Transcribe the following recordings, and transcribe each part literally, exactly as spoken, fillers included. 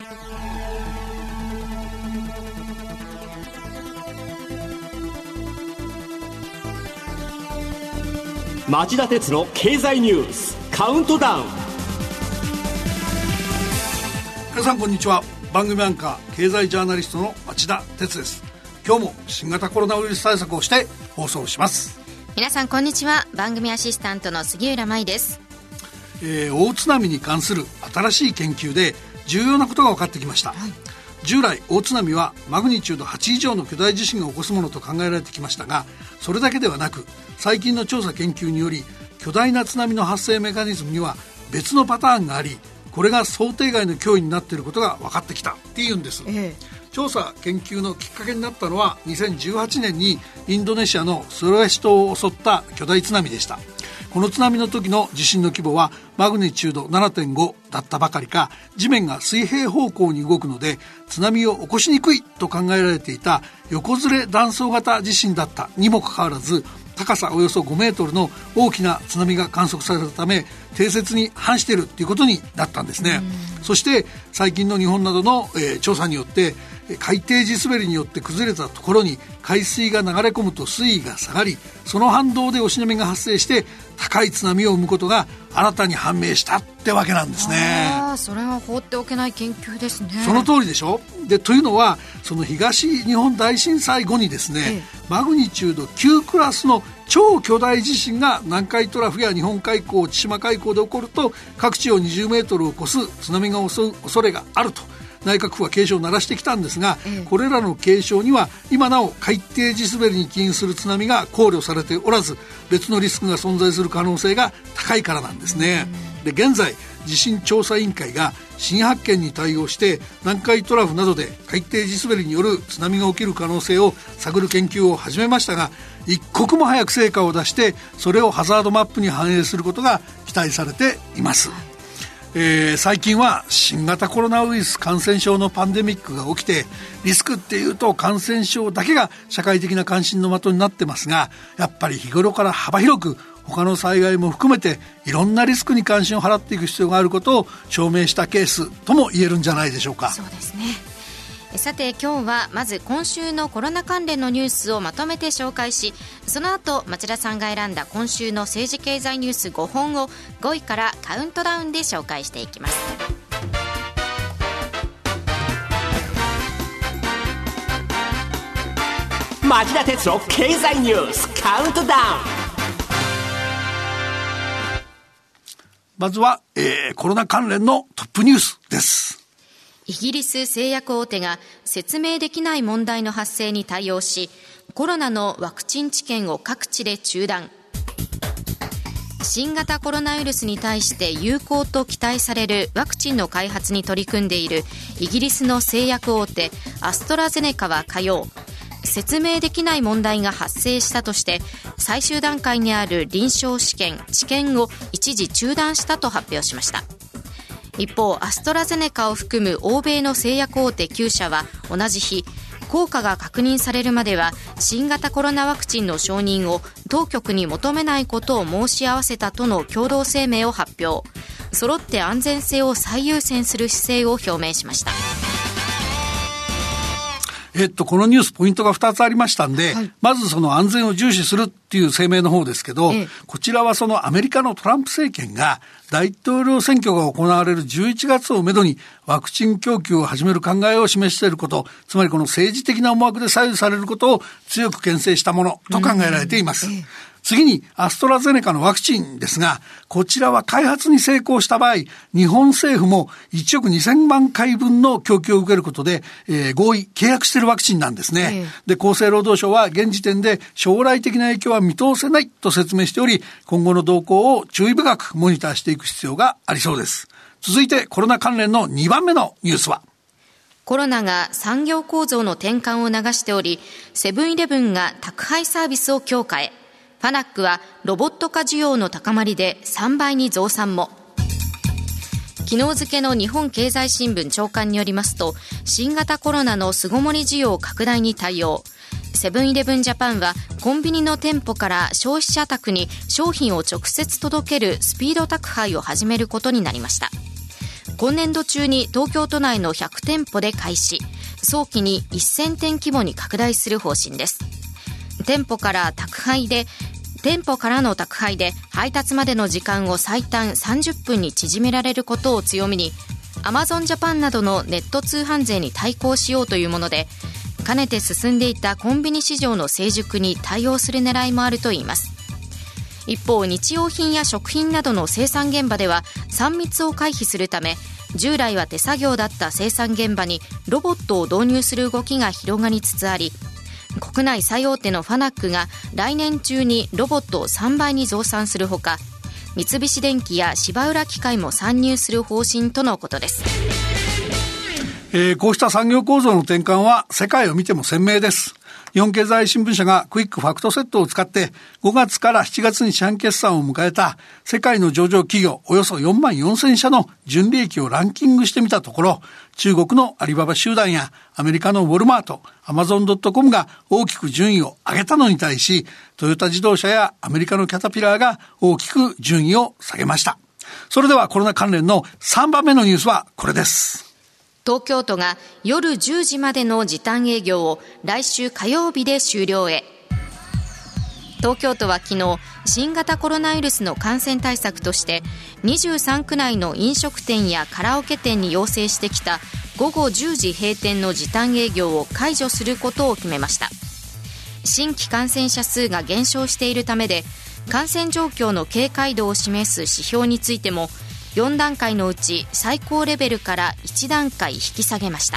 町田鉄の経済ニュースカウントダウン。 皆さんこんにちは。番組アンカー経済ジャーナリストの町田鉄です。今日も新型コロナウイルス対策をして放送します。 皆さんこんにちは。番組アシスタントの杉浦舞です。 えー、大津波に関する新しい研究で重要なことが分かってきました、はい、従来大津波はマグニチュードはち以上の巨大地震が起こすものと考えられてきましたが、それだけではなく最近の調査研究により巨大な津波の発生メカニズムには別のパターンがあり、これが想定外の脅威になっていることが分かってきたっていうんです、ええ、調査研究のきっかけになったのはにせんじゅうはちねんにインドネシアのスロレシ島を襲った巨大津波でした。この津波の時の地震の規模はマグニチュード ななてんご だったばかりか、地面が水平方向に動くので津波を起こしにくいと考えられていた横ずれ断層型地震だったにもかかわらず、高さおよそごメートルの大きな津波が観測されたため定説に反しているということになったんですね。そして最近の日本などの、えー、調査によって海底地滑りによって崩れたところに海水が流れ込むと水位が下がり、その反動で押し波が発生して高い津波を生むことが新たに判明したってわけなんですね。 あ、それは放っておけない研究ですね。 その通りでしょ。でというのはその東日本大震災後にですね、ええ、マグニチュードきゅうクラスの超巨大地震が南海トラフや日本海溝、千島海溝で起こると各地をにじゅうメートルを超す津波が襲う恐れがあると内閣府は警鐘を鳴らしてきたんですが、ええ、これらの警鐘には今なお海底地滑りに起因する津波が考慮されておらず、別のリスクが存在する可能性が高いからなんですね。で現在地震調査委員会が新発見に対応して南海トラフなどで海底地滑りによる津波が起きる可能性を探る研究を始めましたが、一刻も早く成果を出してそれをハザードマップに反映することが期待されています。えー、最近は新型コロナウイルス感染症のパンデミックが起きて、リスクっていうと感染症だけが社会的な関心の的になってますが、やっぱり日頃から幅広く他の災害も含めていろんなリスクに関心を払っていく必要があることを証明したケースとも言えるんじゃないでしょうか。 そうですね。さて今日はまず今週のコロナ関連のニュースをまとめて紹介し、その後町田さんが選んだ今週の政治経済ニュースごほんをごいからカウントダウンで紹介していきます。 町田鉄の経済ニュースカウントダウン。 まずは、えー、コロナ関連のトップニュースです。 イギリス製薬大手が説明できない問題の発生に対応し、コロナのワクチン治験を各地で中断。新型コロナウイルスに対して有効と期待されるワクチンの開発に取り組んでいるイギリスの製薬大手アストラゼネカは火曜、説明できない問題が発生したとして最終段階にある臨床試験治験を一時中断したと発表しました。一方、アストラゼネカを含む欧米の製薬大手きゅう社は同じ日、効果が確認されるまでは新型コロナワクチンの承認を当局に求めないことを申し合わせたとの共同声明を発表。揃って安全性を最優先する姿勢を表明しました。 えっと、このニュースポイントがふたつありましたんで、はい、まずその安全を重視するっていう声明の方ですけど、ええ、こちらはそのアメリカのトランプ政権が大統領選挙が行われるじゅういちがつをめどにワクチン供給を始める考えを示していること、つまりこの政治的な思惑で左右されることを強く牽制したものと考えられています。ええ、次にアストラゼネカのワクチンですが、こちらは開発に成功した場合、日本政府もいちおくにせんまんかいぶんの供給を受けることで、えー、合意契約しているワクチンなんですね。で、厚生労働省は現時点で将来的な影響は見通せないと説明しており、今後の動向を注意深くモニターしていく必要がありそうです。続いてコロナ関連のにばんめのニュースは、 コロナが産業構造の転換を流しており、セブンイレブンが宅配サービスを強化へ。ファナックはロボット化需要の高まりでさんばいに増産も。昨日付の日本経済新聞朝刊によりますと、新型コロナの巣ごもり需要拡大に対応、セブンイレブンジャパンはコンビニの店舗から消費者宅に商品を直接届けるスピード宅配を始めることになりました。 今年度中に東京都内のひゃくてんぽで開始、早期にせんてん規模に拡大する方針です。店舗から宅配で店舗からの宅配で配達までの時間を最短さんじゅっぷんに縮められることを強みに、アマゾンジャパンなどのネット通販税に対抗しようというもので、かねて進んでいたコンビニ市場の成熟に対応する狙いもあるといいます。一方、日用品や食品などの生産現場ではさん密を回避するため、従来は手作業だった生産現場にロボットを導入する動きが広がりつつあり、国内最大手のファナックが来年中にロボットをさんばいに増産するほか、三菱電機や芝浦機械も参入する方針とのことです。 えー、こうした産業構造の転換は世界を見ても鮮明です。日本経済新聞社がクイックファクトセットを使ってごがつからしちがつに四半決算を迎えた世界の上場企業およそよんまんよんせんしゃの純利益をランキングしてみたところ、中国のアリババ集団やアメリカのウォルマート、アマゾンドットコムが大きく順位を上げたのに対し、トヨタ自動車やアメリカのキャタピラーが大きく順位を下げました。それではコロナ関連のさんばんめのニュースはこれです。 東京都が夜じゅうじまでの時短営業を来週火曜日で終了へ。東京都は昨日、新型コロナウイルスの感染対策としてにじゅうさんく内の飲食店やカラオケ店に要請してきたごごじゅうじ閉店の時短営業を解除することを決めました。新規感染者数が減少しているためで、感染状況の警戒度を示す指標についてもよんだんかいのうち最高レベルからいちだんかい引き下げました。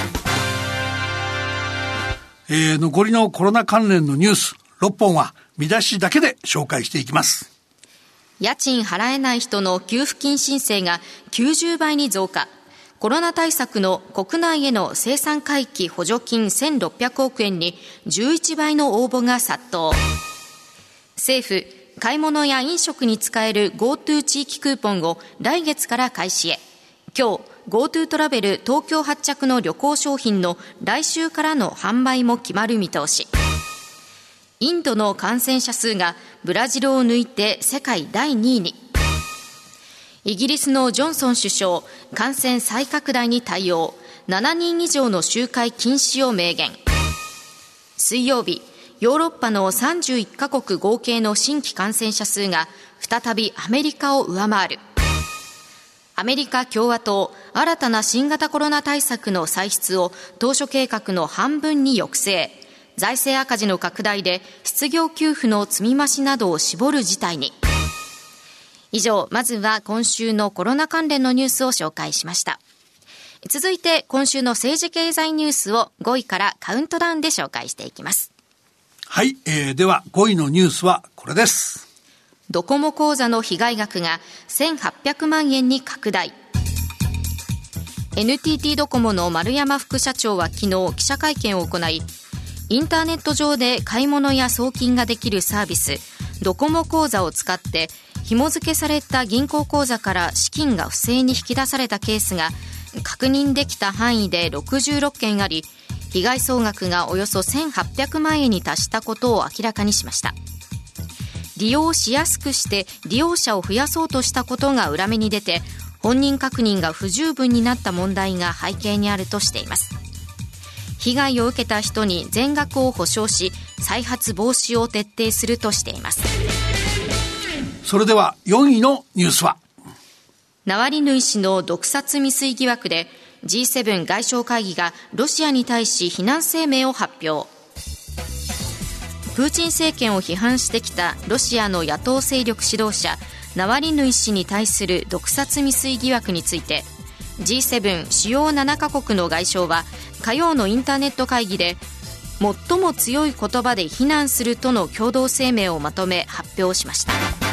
えー、残りのコロナ関連のニュースろっぽんは見出しだけで紹介していきます。 家賃払えない人の給付金申請がきゅうじゅうばいに増加。コロナ対策の国内への生産回帰補助金せんろっぴゃくおくえんにじゅういちばいの応募が殺到。政府、買い物や飲食に使える GoTo 地域クーポンを来月から開始へ。今日 GoTo トラベル東京発着の旅行商品の来週からの販売も決まる見通し。インドの感染者数がブラジルを抜いて世界だいにいに。イギリスのジョンソン首相、感染再拡大に対応、しちにん以上の集会禁止を明言。水曜日、ヨーロッパのさんじゅういっかこく合計の新規感染者数が再びアメリカを上回る。アメリカ共和党、新たな新型コロナ対策の歳出を当初計画の半分に抑制。財政赤字の拡大で失業給付の積み増しなどを絞る事態に。以上、まずは今週のコロナ関連のニュースを紹介しました。続いて今週の政治経済ニュースをごいからカウントダウンで紹介していきます。 はい、えー、ではごいのニュースはこれです。 ドコモ口座の被害額がせんはっぴゃくまんえんに拡大。 エヌティーティー ドコモの丸山副社長は昨日記者会見を行い、インターネット上で買い物や送金ができるサービスドコモ口座を使って紐付けされた銀行口座から資金が不正に引き出されたケースが確認できた範囲でろくじゅうろっけんあり、被害総額がおよそせんはっぴゃくまんえんに達したことを明らかにしました。利用しやすくして利用者を増やそうとしたことが裏目に出て、本人確認が不十分になった問題が背景にあるとしています。被害を受けた人に全額を補償し、再発防止を徹底するとしています。 それではよんいのニュースは、 ナワリヌイ氏の毒殺未遂疑惑で ジーセブン 外相会議がロシアに対し非難声明を発表。プーチン政権を批判してきたロシアの野党勢力指導者ナワリヌイ氏に対する毒殺未遂疑惑について ジーセブン 主要ななかこくの外相は火曜のインターネット会議で最も強い言葉で非難するとの共同声明をまとめ発表しました。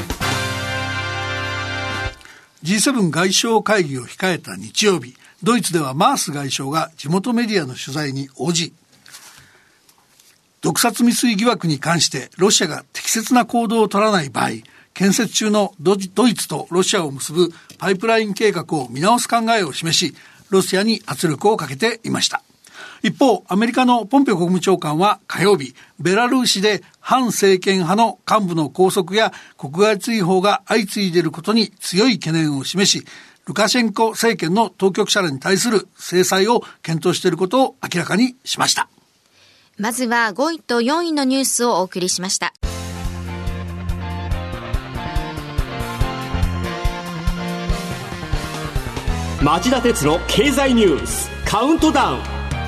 ジーセブン 外相会議を控えた日曜日、ドイツではマース外相が地元メディアの取材に応じ、毒殺未遂疑惑に関してロシアが適切な行動を取らない場合、建設中のドイツとロシアを結ぶパイプライン計画を見直す考えを示し、ロシアに圧力をかけていました。一方、アメリカのポンペオ国務長官は火曜日、ベラルーシで反政権派の幹部の拘束や国外追放が相次いでいることに強い懸念を示し、 ルカシェンコ政権の当局者らに対する制裁を検討していることを明らかにしました。 まずはごいとよんいのニュースをお送りしました。 町田鉄の経済ニュースカウントダウン。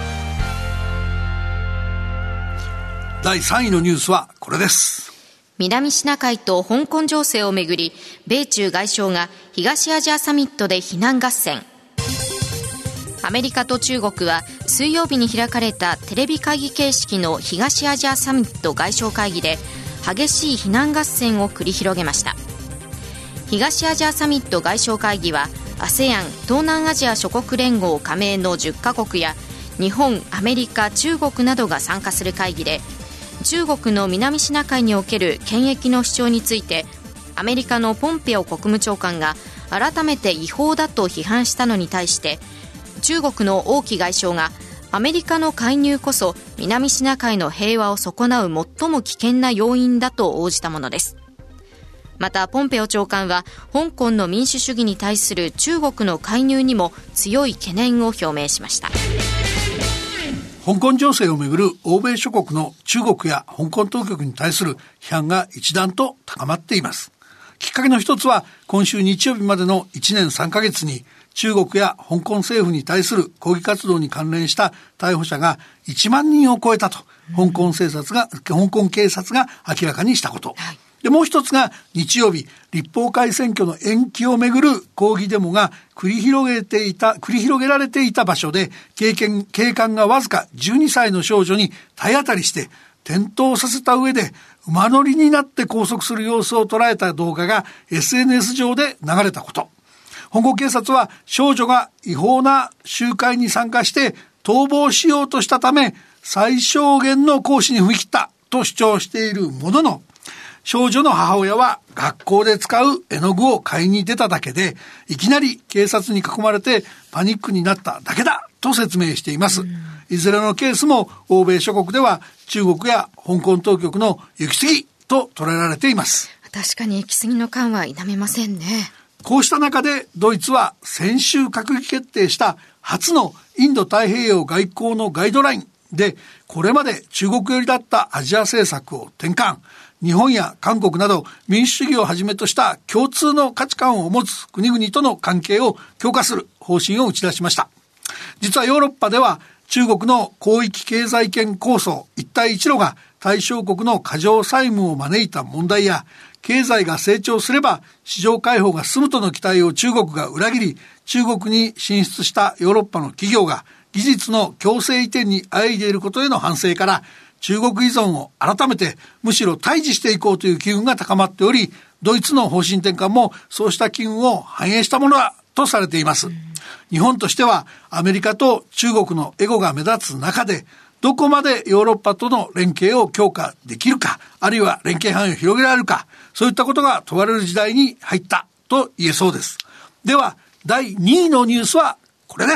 だいさんいのニュースはこれです。 南シナ海と香港情勢をめぐり、米中外相が東アジアサミットで非難合戦。アメリカと中国は水曜日に開かれたテレビ会議形式の東アジアサミット外相会議で激しい非難合戦を繰り広げました。東アジアサミット外相会議は アセアン 東南アジア諸国連合加盟のじゅっかこくや日本、アメリカ、中国などが参加する会議で、中国の南シナ海における権益の主張についてアメリカのポンペオ国務長官が改めて違法だと批判したのに対して、中国の王毅外相がアメリカの介入こそ南シナ海の平和を損なう最も危険な要因だと応じたものです。またポンペオ長官は香港の民主主義に対する中国の介入にも強い懸念を表明しました。 香港情勢をめぐる欧米諸国の中国や香港当局に対する批判が一段と高まっています。きっかけの一つは今週日曜日までのいちねんさんかげつに中国や香港政府に対する抗議活動に関連した逮捕者がいちまんにんを超えたと香港警察が、香港警察が明らかにしたこと。で、もう一つが日曜日、立法会選挙の延期をめぐる抗議デモが繰り広げていた、繰り広げられていた場所で、警官、警官がわずかじゅうにさいの少女に体当たりして転倒させた上で馬乗りになって拘束する様子を捉えた動画が エスエヌエス 上で流れたこと。香港警察は少女が違法な集会に参加して逃亡しようとしたため最小限の行使に踏み切ったと主張しているものの、少女の母親は学校で使う絵の具を買いに出ただけでいきなり警察に囲まれてパニックになっただけだと説明しています。いずれのケースも欧米諸国では中国や香港当局の行き過ぎと捉えられています。 確かに行き過ぎの感は否めませんね。 こうした中でドイツは先週閣議決定した初のインド太平洋外交のガイドラインで、これまで中国寄りだったアジア政策を転換、日本や韓国など民主主義をはじめとした共通の価値観を持つ国々との関係を強化する方針を打ち出しました。実はヨーロッパでは中国の広域経済圏構想一帯一路が対象国の過剰債務を招いた問題や、経済が成長すれば市場開放が進むとの期待を中国が裏切り、中国に進出したヨーロッパの企業が技術の強制移転にあいでいることへの反省から、中国依存を改めてむしろ対峙していこうという機運が高まっており、ドイツの方針転換もそうした機運を反映したものだとされています。日本としてはアメリカと中国のエゴが目立つ中で、どこまでヨーロッパとの連携を強化できるか、あるいは連携範囲を広げられるか、そういったことが問われる時代に入ったと言えそうです。ではだいにいのニュースはこれです。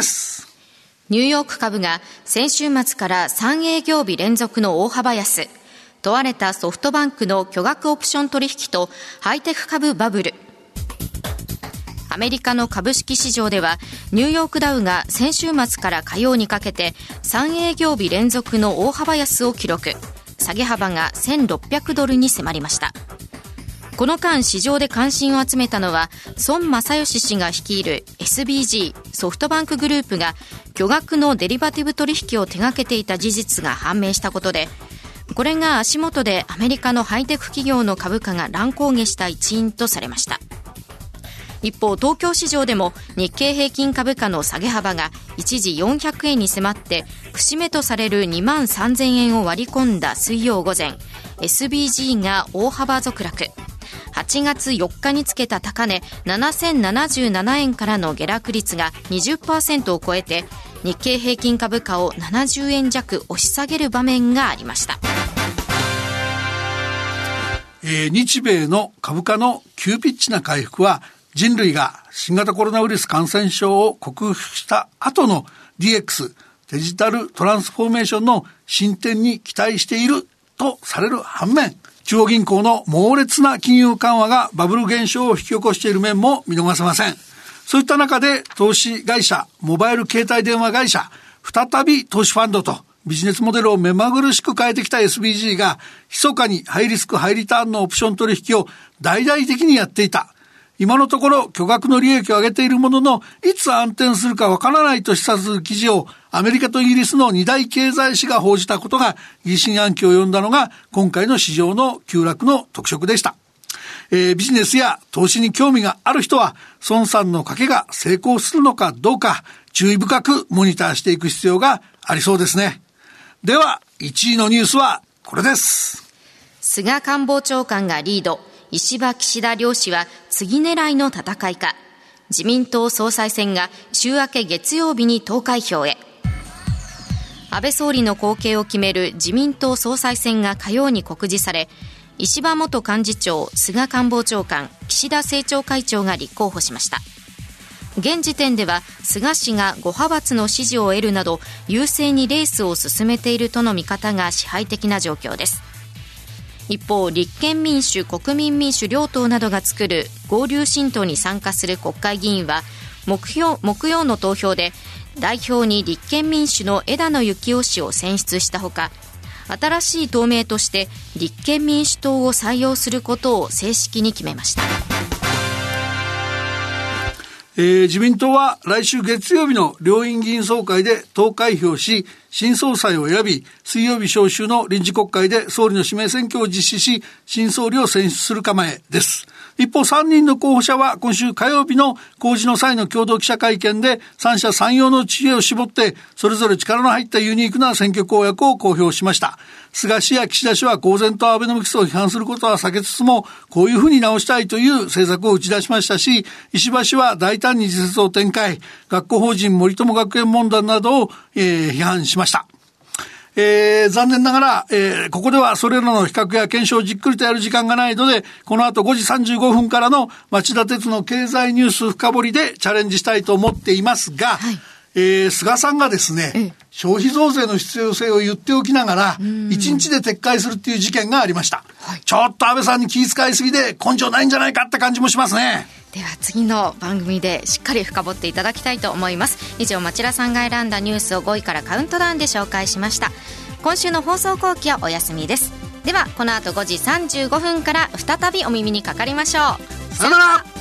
ニューヨーク株が先週末からさん営業日連続の大幅安。問われたソフトバンクの巨額オプション取引とハイテク株バブル。アメリカの株式市場ではニューヨークダウが先週末から火曜にかけてさん営業日連続の大幅安を記録。下げ幅がせんろっぴゃくドルに迫りました。この間市場で関心を集めたのは孫正義氏が率いる エスビージー ソフトバンクグループが巨額のデリバティブ取引を手掛けていた事実が判明したことで、これが足元でアメリカのハイテク企業の株価が乱高下した一因とされました。一方、東京市場でも日経平均株価の下げ幅が一時よんひゃくえんに迫って節目とされるにまんさんぜんえんを割り込んだ水曜午前、 エスビージー が大幅続落。はちがつよっかにつけた高値ななせんななじゅうななえんからの下落率が にじゅっパーセント を超えて日経平均株価をななじゅうえん弱押し下げる場面がありました。 えー、日米の株価の急ピッチな回復は人類が新型コロナウイルス感染症を克服した後の ディーエックス デジタルトランスフォーメーションの進展に期待しているとされる反面、中央銀行の猛烈な金融緩和がバブル現象を引き起こしている面も見逃せません。 そういった中で投資会社、モバイル携帯電話会社、再び投資ファンドとビジネスモデルを目まぐるしく変えてきた エスビージー が密かにハイリスクハイリターンのオプション取引を大々的にやっていた。今のところ巨額の利益を上げているものの、いつ暗転するかわからないと示唆する記事をアメリカとイギリスの二大経済誌が報じたことが疑心暗鬼を呼んだのが今回の市場の急落の特色でした。えー、ビジネスや投資に興味がある人は孫さんの賭けが成功するのかどうか注意深くモニターしていく必要がありそうですね。ではいちいのニュースはこれです。 菅官房長官がリード、石破岸田両氏は次狙いの戦いか。自民党総裁選が週明け月曜日に投開票へ。安倍総理の後継を決める自民党総裁選が火曜に告示され、石破元幹事長、菅官房長官、岸田政調会長が立候補しました。現時点では菅氏がご派閥の支持を得るなど優勢にレースを進めているとの見方が支配的な状況です。一方、立憲民主、国民民主両党などが作る合流新党に参加する国会議員は木曜、木曜の投票で代表に立憲民主の枝野幸男氏を選出したほか、新しい党名として立憲民主党を採用することを正式に決めました。 えー、自民党は来週月曜日の両院議員総会で投開票し、新総裁を選び、水曜日召集の臨時国会で総理の指名選挙を実施し、新総理を選出する構えです。一方、さんにんの候補者は今週火曜日の公示の際の共同記者会見で三者三様の知恵を絞ってそれぞれ力の入ったユニークな選挙公約を公表しました。菅氏や岸田氏は公然とアベノミクスを批判することは避けつつも、こういうふうに直したいという政策を打ち出しましたし、石破氏は大胆に自説を展開、学校法人森友学園問題などを、えー、批判しました。えー、残念ながら、えー、ここではそれらの比較や検証をじっくりとやる時間がないので、この後ごじさんじゅうごふんからの町田鉄の経済ニュース深掘りでチャレンジしたいと思っていますが、はい、えー、菅さんがですね、ええ、消費増税の必要性を言っておきながらいちにちで撤回するっていう事件がありました、はい、ちょっと安倍さんに気遣いすぎで根性ないんじゃないかって感じもしますね。 では次の番組でしっかり深掘っていただきたいと思います。以上、町田さんが選んだニュースをごいからカウントダウンで紹介しました。今週の放送後期はお休みです。ではこの後ごじさんじゅうごふんから再びお耳にかかりましょう。 さよなら。